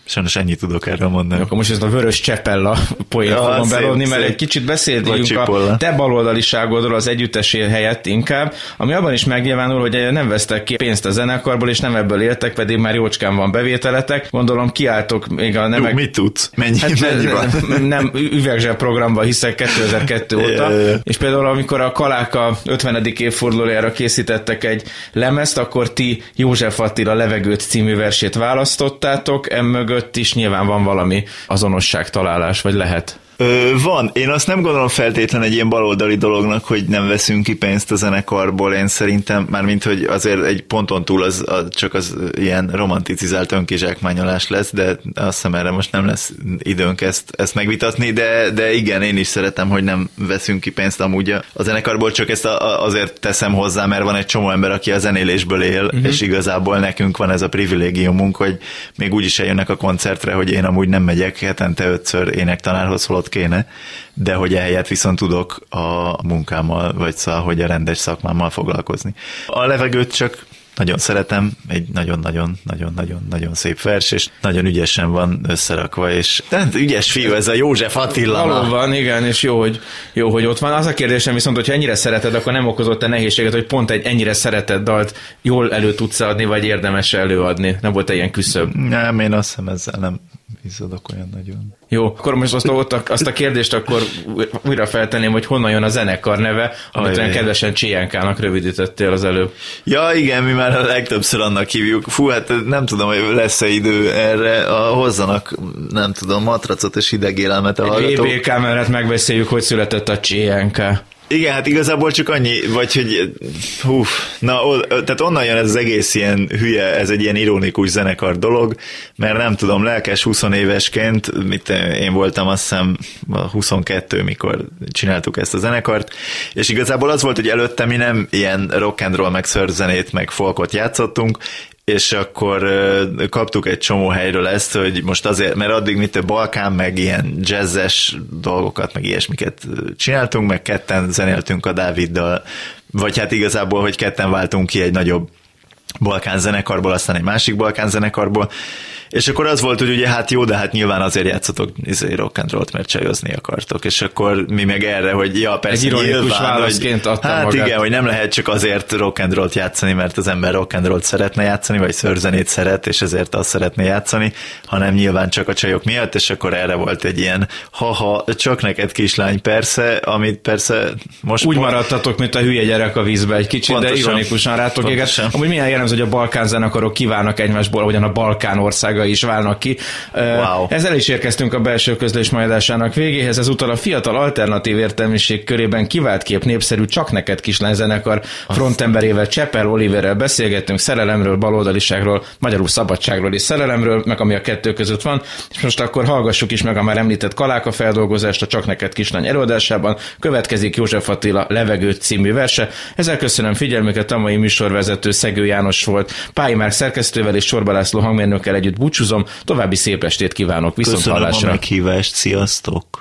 Sajnos ennyit tudok erről mondani. Akkor most ezt a vörös csepella poént ja, fogom belódni, mert egy kicsit beszéljünk a te baloldaliságodról az együttesé helyett inkább, ami abban is megnyilvánul, hogy nem vesztek ki pénzt a zenekarból, és nem ebből éltek, pedig már jócskán van bevételetek. Gondolom kiálltok még a nemek... Jó, mit tudsz? Mennyi, hát, mennyi van? Nem, nem üvegzseb programba hiszek kétezer-kettő óta, yeah, yeah. És például amikor a Kaláka ötvenedik évfordulójára készítettek egy lemezt, akkor ti József Attila Levegőt című versét választottátok, emögött is nyilván van valami azonosságtalálás, vagy lehet? Ö, van. Én azt nem gondolom feltétlen egy ilyen baloldali dolognak, hogy nem veszünk ki pénzt a zenekarból. Én szerintem, mármint, hogy azért egy ponton túl az, az csak az ilyen romanticizált önkizsákmányolás lesz, de azt hiszem erre most nem lesz időnk ezt, ezt megvitatni, de, de igen, én is szeretem, hogy nem veszünk ki pénzt amúgy a zenekarból, csak ezt a, azért teszem hozzá, mert van egy csomó ember, aki a zenélésből él, uh-huh. és igazából nekünk van ez a privilégiumunk, hogy még úgy is eljönnek a koncertre, hogy én amúgy nem megyek hetente ötször énektanárhoz, holott kéne, de hogy ehelyett viszont tudok a munkámmal, vagy szóval, hogy a rendes szakmámmal foglalkozni. A Levegőt csak nagyon szeretem, egy nagyon-nagyon-nagyon-nagyon-nagyon szép vers, és nagyon ügyesen van összerakva, és ügyes fiú ez a József Attila. Valóban, igen, és jó hogy, jó, hogy ott van. Az a kérdésem viszont, hogyha ennyire szereted, akkor nem okozott-e nehézséget, hogy pont egy ennyire szeretett dalt jól elő tudsz adni, vagy érdemes előadni? Nem volt-e ilyen küszöb? Nem, én azt hiszem ezzel nem izzadok olyan nagyon. Jó, akkor most azt a, azt a kérdést akkor újra feltenném, hogy honnan jön a zenekar neve, amit olyan kedvesen Csiánkának rövidítettél az előbb. Ja, igen, mi már a legtöbbször annak hívjuk. Fú, hát nem tudom, hogy lesz-e idő erre, a, hozzanak, nem tudom, matracot és hidegélelmet a hallgatók. Egy vé bé kamerát megbeszéljük, hogy született a Csiánká. Igen, hát igazából csak annyi, vagy hogy hú, na, tehát onnan jön ez az egész ilyen hülye, ez egy ilyen ironikus zenekar dolog, mert nem tudom, lelkes huszonévesként, mit én voltam azt hiszem huszonkettő, mikor csináltuk ezt a zenekart, és igazából az volt, hogy előtte mi nem ilyen rock and roll, meg szörzenét, meg folkot játszottunk, és akkor uh, kaptuk egy csomó helyről ezt, hogy most azért, mert addig mit a Balkán, meg ilyen jazzes dolgokat, meg ilyesmiket csináltunk, meg ketten zenéltünk a Dáviddal, vagy hát igazából, hogy ketten váltunk ki egy nagyobb Balkán zenekarból, aztán egy másik Balkán zenekarból, és akkor az volt, hogy ugye hát jó, de hát nyilván azért játszotok izé, rock and rollt, mert csajozni akartok, és akkor mi meg erre, hogy ja, persze egy ironikus válaszként adta hát magát. Igen, hogy nem lehet csak azért rock and rollt játszani, mert az ember rock and rollt szeretne játszani, vagy szörzenét szeret, és ezért azt szeretné játszani, hanem nyilván csak a csajok miatt, és akkor erre volt egy ilyen haha, csak neked kislány, persze, amit persze most... Úgy pont... maradtatok, mint a hülye gyerek a vízbe egy kicsit, pontosan, de ironikusan rátok éget. Amúgy milyen jellemző, hogy a Balkán zenekarok kívánnak egymásból, ahogyan a Balkán országa is válnak ki. Wow. Ezzel is érkeztünk a belső közlés majdásának végéhez. Ezúttal a fiatal alternatív értelmiség körében kivált kép népszerű Csak neked kislány zenekar frontemberével, Csepel Oliverrel beszélgettünk szerelemről, baloldaliságról, magyarul szabadságról és szerelemről, meg ami a kettő között van. És most akkor hallgassuk is meg a már említett Kaláka feldolgozást a Csak neked kislány előadásában. Következik József Attila Levegőt című verse. Ezzel köszönöm figyelmüket, a mai műsorvezető Szegő János volt. Pályi Márk szerkesztővel és Sorba László hangmérnökkel együtt búcsúzom. További szép estét kívánok, viszont köszönöm hallásra. Köszönöm a meghívást, sziasztok!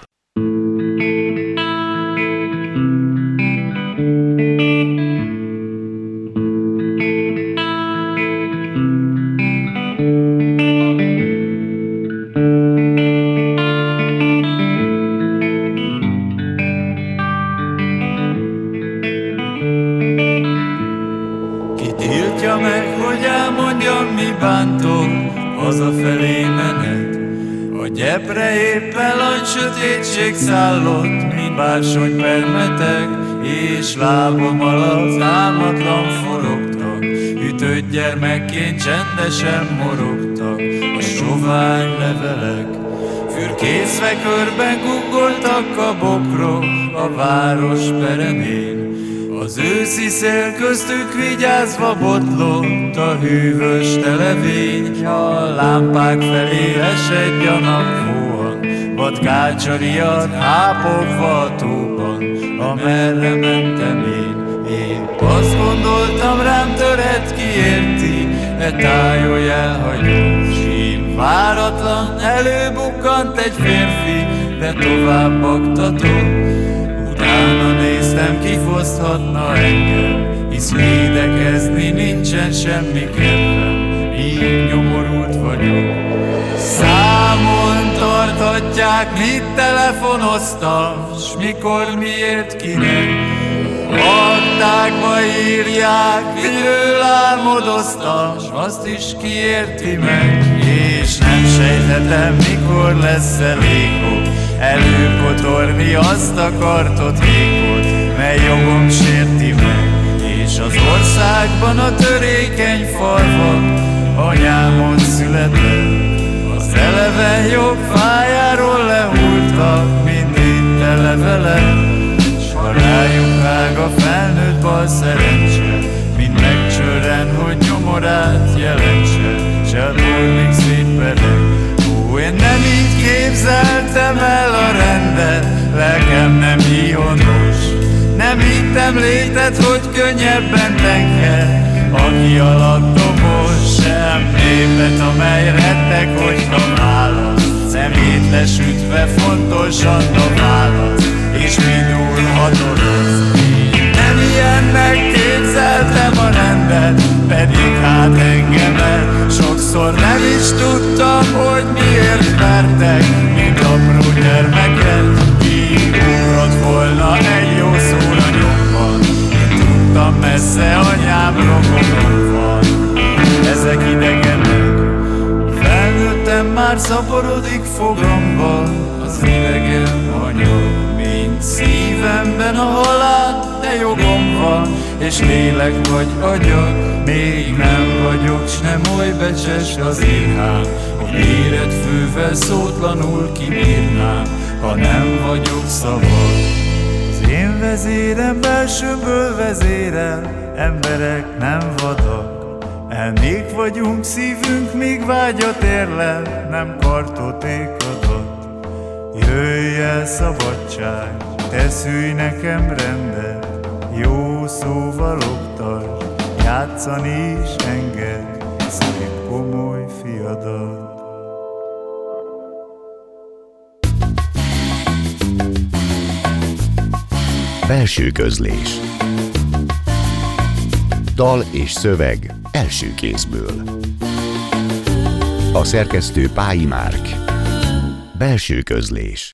Ki tiltja meg, hogy elmondjam, mi bántok, hazafelé menet. A gyepre éppen langy sötétség szállott, mint bársony permeteg, és lábam alatt álmatlan forogtak, ütött gyermekként csendesen morogtak a sovány levelek. Fürkészve körben guggoltak a bokrok a város peremén, az őszi szél köztük vigyázva botlott a hűvös televény, a lámpák felé esett a napfóan, vadkácsariat hápogva a tóban, amerre mentem én. Én azt gondoltam, rám töret ki érti, e tájolj elhagyott, sín váratlan előbukkant egy férfi, de tovább baktatott. Utána néztem, kifoszthatna engem, hisz védekezni nincsen semmi kedvem, így nyomorult vagyok. Szá Folytatják, mit telefonoztam, s mikor, miért, kinek. Aktákba írják, miről álmodoztam, s azt is kiérti meg. És nem sejthetem, mikor lesz elég előkotorni azt a kartot, vékot, mely jogom sérti meg. És az országban a törékeny falvak anyámon született. Az eleven jobb fájáról lehultak mindig tele vele. S ha rájuk ág a felnőtt bal szerencse, mind megcsörren, hogy nyomorát jelentse, se a torlig szétpereg. Ó, én nem így képzeltem el a rendet, lelkem nem híhonos. Nem hittem létet, hogy könnyebben tenger, aki alatt dobos, sem népet, amely rettek, hogyha válasz. Szemét lesütve fontosan a válasz, és vidulhat orosz. Nem ilyennek képzeltem a rendet, pedig hát engemet sokszor nem is tudtam, hogy miért vertek, mint apró gyermeket. Kiugrott volna egy jó szóra nyomban, én tudtam, messze anyám rokonon van. Ezek idegenek, felnőttem, már szaporodik fogamba az idegen anyag. Mint szívemben a halál, de jogom van, és lélek vagy agyag. Még nem vagyok, s nem oly becses az irhám, hogy érett fővel szótlanul kibírnám, ha nem vagyok szabad. Az én vezérem belsőből vezérel, emberek nem vadak. Elmék vagyunk, szívünk még vágyat érlel, nem kartotékadat. Jöjj el szabadság, te szülj nekem rendet, jó szóval oktasd, játszani is enged, szép komoly fiadat. Belső közlés. Dal és szöveg első kézből. A szerkesztő Pályi Márk. Belső közlés.